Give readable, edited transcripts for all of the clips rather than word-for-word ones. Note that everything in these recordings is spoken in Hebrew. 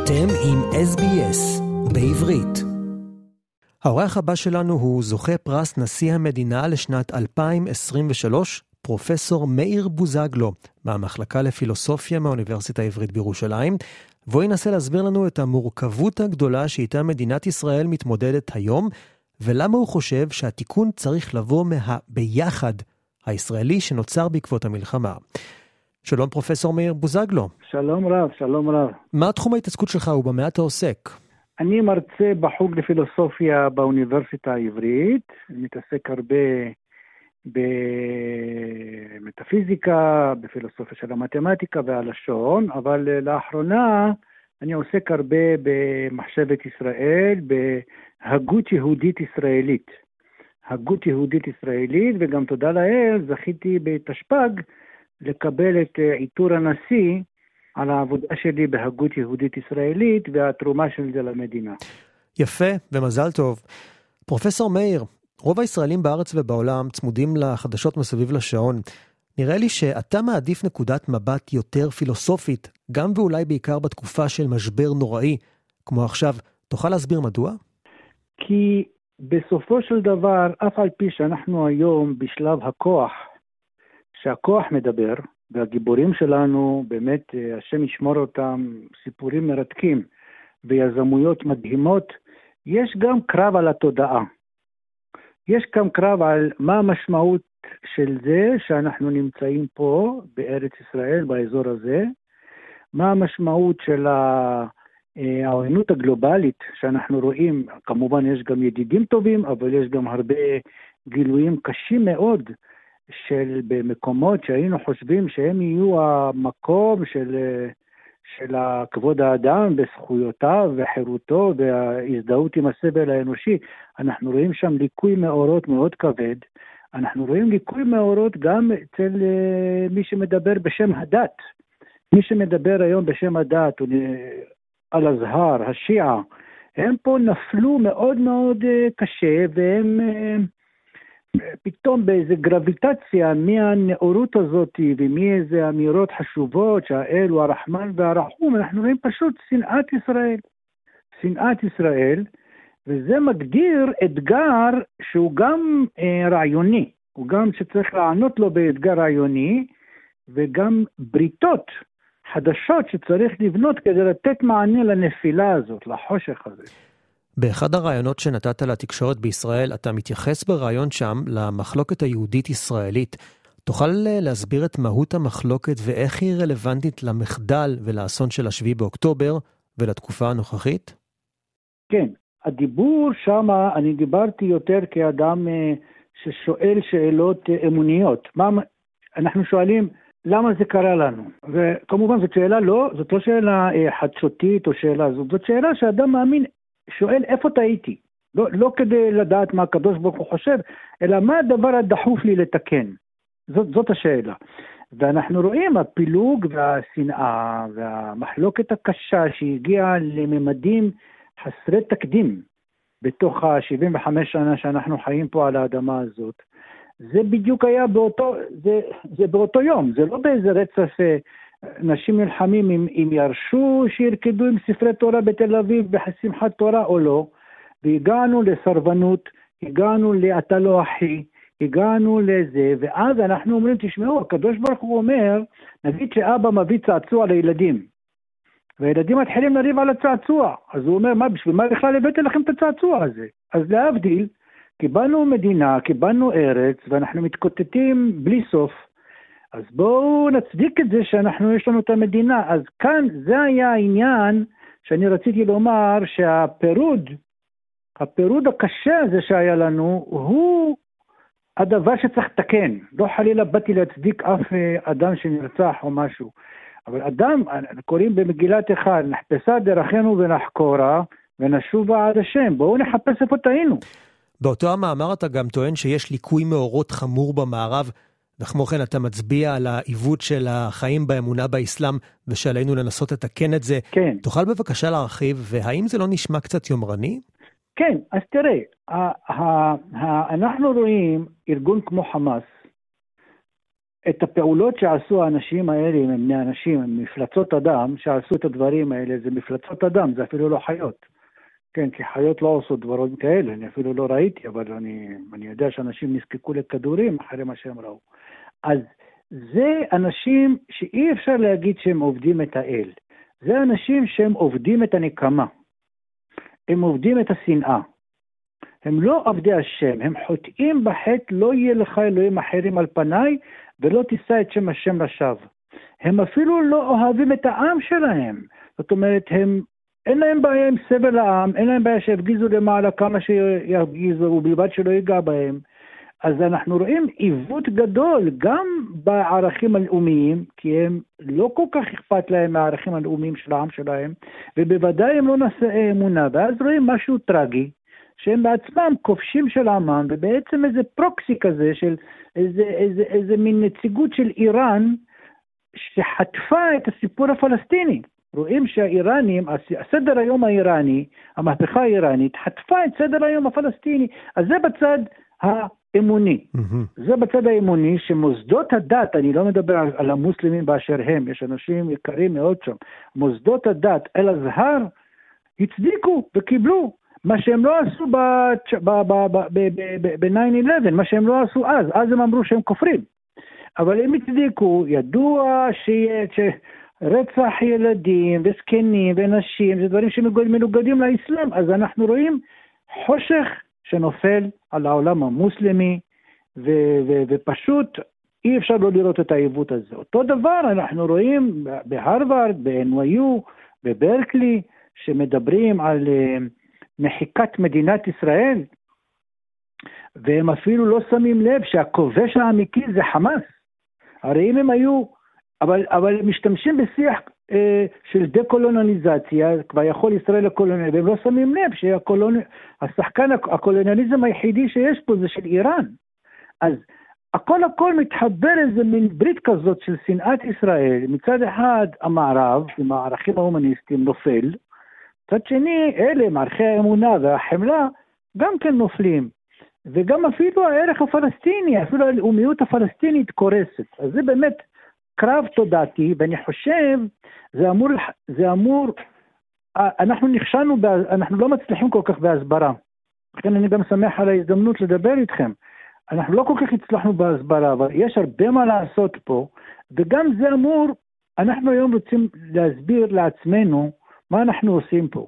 אתם עם SBS בעברית. האורח הבא שלנו הוא זוכה פרס נשיא המדינה לשנת 2023, פרופסור מאיר בוזגלו, מהמחלקה לפילוסופיה מהאוניברסיטה העברית בירושלים, והוא ינסה להסביר לנו את המורכבות הגדולה שאיתה מדינת ישראל מתמודדת היום, ולמה הוא חושב שהתיקון צריך לבוא מהביחד הישראלי שנוצר בעקבות המלחמה. שלום פרופסור מאיר בוזגלו. שלום רב, שלום רב. מה תחום ההתעסקות שלך ובמה אתה עוסק? אני מרצה בחוג לפילוסופיה באוניברסיטה העברית, מתעסק הרבה במטאפיזיקה, בפילוסופיה של המתמטיקה והלשון, אבל לאחרונה אני עוסק הרבה במחשבת ישראל, בהגות יהודית ישראלית. הגות יהודית ישראלית, וגם תודה לאל, זכיתי בתשפ"ג לקבל את עיטור הנשיא על העבודה שלי בהגות יהודית ישראלית והתרומה של זה למדינה. יפה ומזל טוב. פרופסור מאיר, רוב הישראלים בארץ ובעולם צמודים לחדשות מסביב לשעון. נראה לי שאתה מעדיף נקודת מבט יותר פילוסופית, גם ואולי בעיקר בתקופה של משבר נוראי, כמו עכשיו. תוכל להסביר מדוע? כי בסופו של דבר, אף על פי שאנחנו היום בשלב הכוח, שהכוח מדבר, והגיבורים שלנו, באמת, השם ישמור אותם, סיפורים מרתקים ויזמויות מדהימות, יש גם קרב על התודעה. יש גם קרב על מה המשמעות של זה שאנחנו נמצאים פה בארץ ישראל, באזור הזה, מה המשמעות של העוינות הגלובלית שאנחנו רואים, כמובן יש גם ידידים טובים, אבל יש גם הרבה גילויים קשים מאוד, של במקומות שהיינו חושבים שהם יהיו המקום של כבוד האדם וזכויותיו וחירותו וההזדהות עם הסבל האנושי. אנחנו רואים שם ליקוי מאורות מאוד כבד. אנחנו רואים ליקוי מאורות גם אצל מי שמדבר בשם הדת. מי שמדבר היום בשם הדת, אל-אזהר, השיעה, הם פה נפלו מאוד מאוד קשה, והם פתאום באיזה גרביטציה מהנאורות הזאת ומאיזה אמירות חשובות שהאל הוא הרחמן והרחום, אנחנו רואים פשוט שנאת ישראל. שנאת ישראל, וזה מגדיר אתגר שהוא גם רעיוני, הוא גם שצריך לענות לו באתגר רעיוני, וגם בריתות חדשות שצריך לבנות כדי לתת מענה לנפילה הזאת, לחושך הזה. באחד הרעיונות שנתת לתקשורת בישראל, אתה מתייחס ברעיון שם למחלוקת היהודית-ישראלית. תוכל להסביר את מהות המחלוקת ואיך היא רלוונטית למחדל ולאסון של 7 באוקטובר ולתקופה הנוכחית? כן, הדיבור שם, אני דיברתי יותר כאדם ששואל שאלות אמוניות. אנחנו שואלים, למה זה קרה לנו? וכמובן זאת שאלה זאת לא שאלה חדשותית או שאלה, זאת שאלה שאדם מאמין, שואל איפה טעיתי, לא כדי לדעת מה הקדוש ברוך הוא חושב, אלא מה הדבר הדחוף לי לתקן. זאת השאלה. ואנחנו רואים הפילוג והשנאה והמחלוקת הקשה שהגיעה לממדים חסרי תקדים בתוך ה-75 שנה שאנחנו חיים פה על האדמה הזאת. זה בדיוק היה באותו יום, זה לא באיזה רצף נשים נלחמים אם ירשו שירקדו עם ספרי תורה בתל אביב בשמחת תורה או לא, והגענו לסרבנות, הגענו לאתה לא אחי, הגענו לזה, ואז אנחנו אומרים, תשמעו, הקדוש ברוך הוא אומר, נגיד שאבא מביא צעצוע לילדים, והילדים מתחילים לריב על הצעצוע, אז הוא אומר, בשביל מה בכלל הבאתי לכם את הצעצוע הזה? אז להבדיל, קיבלנו מדינה, קיבלנו ארץ, ואנחנו מתקוטטים בלי סוף, אז בואו נצדיק את זה שאנחנו יש לנו את המדינה. אז כאן זה היה העניין שאני רציתי לומר שהפירוד הקשה הזה שהיה לנו, הוא הדבר שצריך לתקן. לא חלילה באתי להצדיק אף אדם שנרצח או משהו. אבל אדם, קוראים במגילת אחד, נחפשה דרכנו ונחקורה ונשובה עד השם. בואו נחפש איפה טעינו. באותו המאמר אתה גם טוען שיש ליקוי מאורות חמור במערב, וכמו כן אתה מצביע על העיוות של החיים באמונה באסלאם, ושעלינו לנסות לתקן את זה. כן. תוכל בבקשה להרחיב, והאם זה לא נשמע קצת יומרני? כן, אז תראה, אנחנו רואים ארגון כמו חמאס, את הפעולות שעשו האנשים האלה, הם בני אנשים, הם מפלצות אדם, שעשו את הדברים האלה, זה מפלצות אדם, זה אפילו לא חיות. כן, כי חיות לא עושות דברים כאלה, אני אפילו לא ראיתי, אבל אני יודע שאנשים נזקקו לכדורים אחרי מה שהם ראו. אז זה אנשים שאי אפשר להגיד שהם עובדים את האל. זה אנשים שהם עובדים את הנקמה. הם עובדים את השנאה. הם לא עבדי השם, הם חוטאים בחטא, לא יהיה לך אלוהים אחרים על פניי, ולא תישא את שם השם לשווא. הם אפילו לא אוהבים את העם שלהם. זאת אומרת, אין להם בעיה עם סבל העם, אין להם בעיה שיפגיזו למעלה כמה שיפגיזו, ובלבד שלא ייגע בהם. אז אנחנו רואים עיוות גדול, גם בערכים הלאומיים, כי הם לא כל כך אכפת להם מהערכים הלאומיים של העם שלהם, ובוודאי הם לא נשאי אמונה, ואז רואים משהו טרגי, שהם בעצמם כובשים של עמם, ובעצם איזה פרוקסי כזה, של איזה מין נציגות של איראן, שחטפה את הסיפור הפלסטיני. רואים שהאיראנים, הסדר היום האיראני, המהפכה האיראנית, חטפה את סדר היום הפלסטיני. אז זה בצד האמוני. זה בצד האמוני שמוסדות הדת, אני לא מדבר על המוסלמים באשר הם, יש אנשים יקרים מאוד שם, מוסדות הדת אל הזהר, הצדיקו וקיבלו. מה שהם לא עשו ב-9/11, מה שהם לא עשו אז הם אמרו שהם כופרים. אבל הם הצדיקו, ידוע שרצח ילדים וזקנים ונשים, זה דברים שמנוגדים לאסלאם, אז אנחנו רואים חושך שנופל על העולם המוסלמי, ופשוט אי אפשר לא לראות את העיוות הזה. אותו דבר אנחנו רואים בהרווארד, ב-NYU, בברקלי, שמדברים על מחיקת מדינת ישראל, והם אפילו לא שמים לב שהכובש האמיתי זה חמאס. הרי אם הם היו, אבל משתמשים בשיח של דקולוניזציה, כבר יכול ישראל לקולוניאליזם, והם לא שמים לב שהשחקן הקולוניאליזם היחידי שיש פה זה של איראן. אז הכל מתחבר איזה מין ברית כזאת של שנאת ישראל. מצד אחד המערב, עם הערכים ההומניסטיים, נופל, מצד שני, אלה, מערכי האמונה והחמלה, גם כן נופלים. וגם אפילו הערך הפלסטיני, אפילו הלאומיות הפלסטינית קורסת. אז זה באמת קרב תודעתי, ואני חושב, זה אמור, אנחנו נכשלנו, אנחנו לא מצליחים כל כך בהסברה. לכן אני גם שמח על ההזדמנות לדבר איתכם. אנחנו לא כל כך הצלחנו בהסברה, אבל יש הרבה מה לעשות פה, וגם זה אמור, אנחנו היום רוצים להסביר לעצמנו, מה אנחנו עושים פה?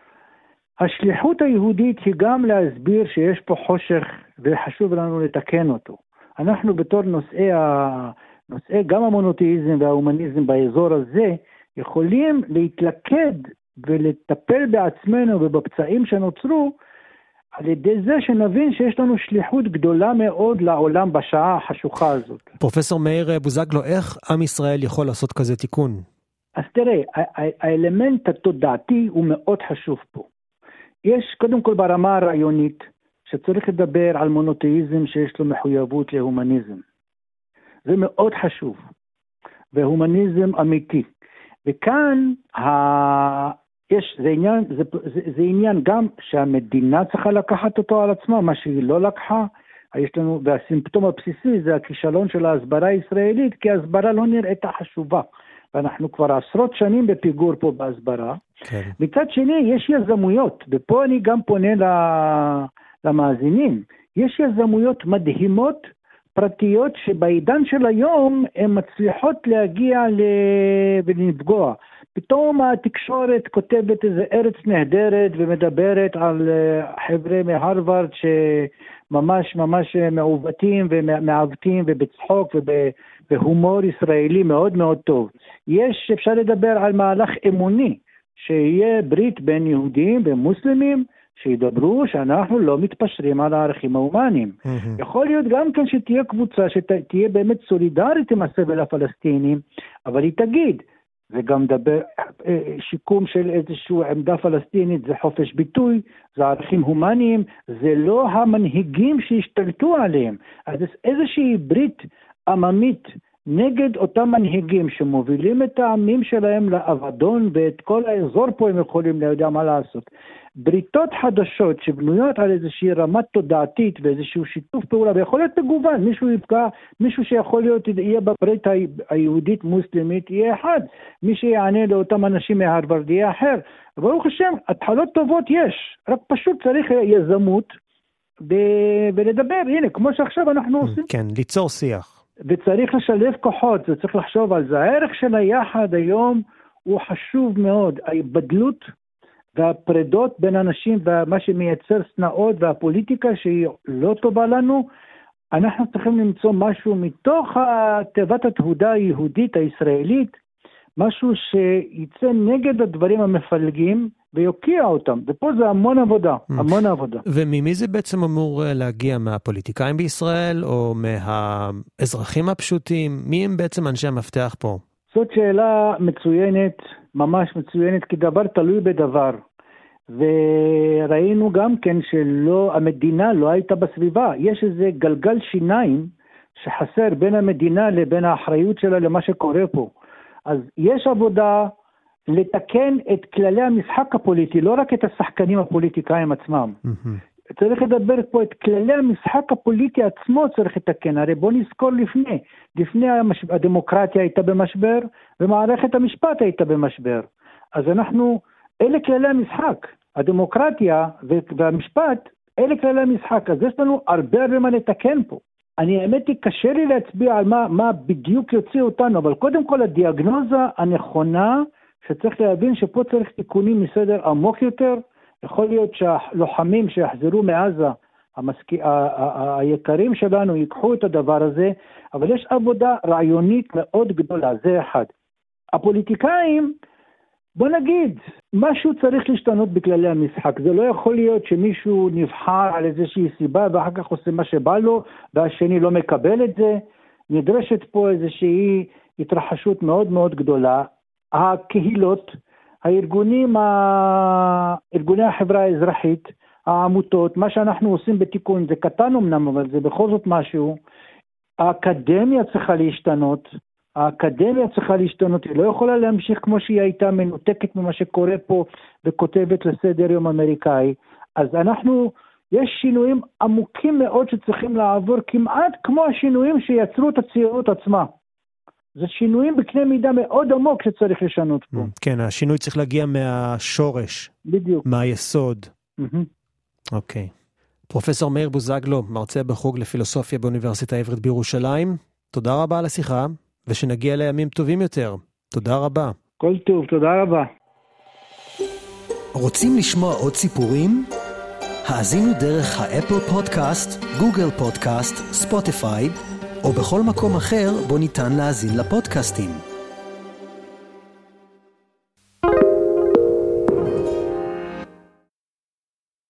השליחות היהודית היא גם להסביר שיש פה חושך וחשוב לנו לתקן אותו. אנחנו בתור נושאי גם המונותאיזם וההומניזם באזור הזה יכולים להתלכד ולטפל בעצמנו ובפצעים שנוצרו על ידי זה שנבין שיש לנו שליחות גדולה מאוד לעולם בשעה החשוכה הזאת. פרופסור מאיר בוזגלו, איך עם ישראל יכול לעשות כזה תיקון? אז תראה, האלמנט התודעתי הוא מאוד חשוב פה. יש קודם כל ברמה הרעיונית שצריך לדבר על מונותאיזם שיש לו מחויבות להומניזם. זה מאוד חשוב, והומניזם אמיתי. וכאן זה עניין גם שהמדינה צריכה לקחת אותו על עצמה, מה שהיא לא לקחה. יש לנו, והסימפטום הבסיסי זה הכישלון של ההסברה הישראלית, כי ההסברה לא נראית חשובה. ואנחנו כבר עשרות שנים בפיגור פה בהסברה. כן. מצד שני, יש יזמויות, ופה אני גם פונה למאזינים. יש יזמויות מדהימות, פרטיות, שבעידן של היום הן מצליחות להגיע ולפגוע. פתאום התקשורת כותבת איזה ארץ נהדרת, ומדברת על חבר'ה מהרווארד שממש מעוותים ומעוותים ובצחוק בהומור ישראלי מאוד מאוד טוב. אפשר לדבר על מהלך אמוני, שיהיה ברית בין יהודים ומוסלמים, שידברו שאנחנו לא מתפשרים על הערכים ההומניים. יכול להיות גם כן שתהיה קבוצה שתהיה באמת סולידרית עם הסבל הפלסטינים, אבל היא תגיד, זה גם שיקום של איזושהי עמדה פלסטינית, זה חופש ביטוי, זה ערכים הומניים, זה לא המנהיגים שהשתלטו עליהם. אז איזושהי ברית עממית נגד אותם מנהיגים שמובילים את העמים שלהם לאבדון, ואת כל האזור פה הם יכולים ליודע מה לעשות. בריתות חדשות שבנויות על איזושהי רמת תודעתית ואיזשהו שיתוף פעולה, ויכול להיות מגוון, מישהו שיכול להיות יהיה בברית היהודית מוסלמית יהיה אחד, מי שיענה לאותם אנשים מהרווארד יהיה אחר. ברוך השם, התחלות טובות יש, רק פשוט צריך יזמות ולדבר, הנה, כמו שעכשיו אנחנו עושים. כן, ליצור שיח. וצריך לשלב כוחות, וצריך לחשוב על זה. הערך של היחד היום הוא חשוב מאוד, ההתבדלות והפרדות בין אנשים ומה שמייצר סנאות והפוליטיקה שהיא לא טובה לנו, אנחנו צריכים למצוא משהו מתוך תיבת התהודה היהודית הישראלית, משהו שיצא נגד הדברים המפלגים ויוקיע אותם, ופה זה המון עבודה, המון עבודה. וממי זה בעצם אמור להגיע? מהפוליטיקאים בישראל או מהאזרחים הפשוטים? מי הם בעצם אנשי המפתח פה? זאת שאלה מצוינת, ממש מצוינת, כי דבר תלוי בדבר. וראינו גם כן שהמדינה לא הייתה בסביבה. יש איזה גלגל שיניים שחסר בין המדינה לבין האחריות שלה למה שקורה פה. אז יש עבודה לתקן את כללי המשחק הפוליטי, לא רק את השחקנים הפוליטיקאים עצמם. צריך לדבר פה את כללי המשחק הפוליטי עצמו צריך לתקן. הרי בוא נזכור לפני הדמוקרטיה הייתה במשבר, ומערכת המשפט הייתה במשבר. אז אלה כללי המשחק. הדמוקרטיה והמשפט, אלה כללי המשחק. אז יש לנו הרבה מה לתקן פה. האמת היא, קשה לי להצביע על מה בדיוק יוציא אותנו, אבל קודם כל הדיאגנוזה הנכונה, שצריך להבין שפה צריך תיקונים מסדר עמוק יותר. יכול להיות שהלוחמים שיחזרו מעזה, היקרים שלנו, ייקחו את הדבר הזה, אבל יש עבודה רעיונית מאוד גדולה, זה אחד. הפוליטיקאים, בוא נגיד, משהו צריך להשתנות בכללי המשחק. זה לא יכול להיות שמישהו נבחר על איזושהי סיבה, ואחר כך עושה מה שבא לו, והשני לא מקבל את זה. נדרשת פה איזושהי התרחשות מאוד מאוד גדולה. הקהילות, ארגוני החברה האזרחית, העמותות, מה שאנחנו עושים בתיקון, זה קטן אמנם, אבל זה בכל זאת משהו. האקדמיה צריכה להשתנות, היא לא יכולה להמשיך כמו שהיא הייתה מנותקת ממה שקורה פה, וכותבת לסדר יום אמריקאי. אז יש שינויים עמוקים מאוד שצריכים לעבור, כמעט כמו השינויים שיצרו את הציונות עצמה. זה שינויים בקנה מידה מאוד עמוק שצריך לשנות פה. כן, השינוי צריך להגיע מהשורש. בדיוק. מהיסוד. אוקיי. פרופסור מאיר בוזגלו, מרצה בחוג לפילוסופיה באוניברסיטה העברית בירושלים, תודה רבה על השיחה, ושנגיע לימים טובים יותר. תודה רבה. כל טוב, תודה רבה. רוצים לשמוע עוד סיפורים? האזינו דרך האפל פודקאסט, גוגל פודקאסט, ספוטיפיי, או בכל מקום אחר בו ניתן להאזין לפודקאסטים.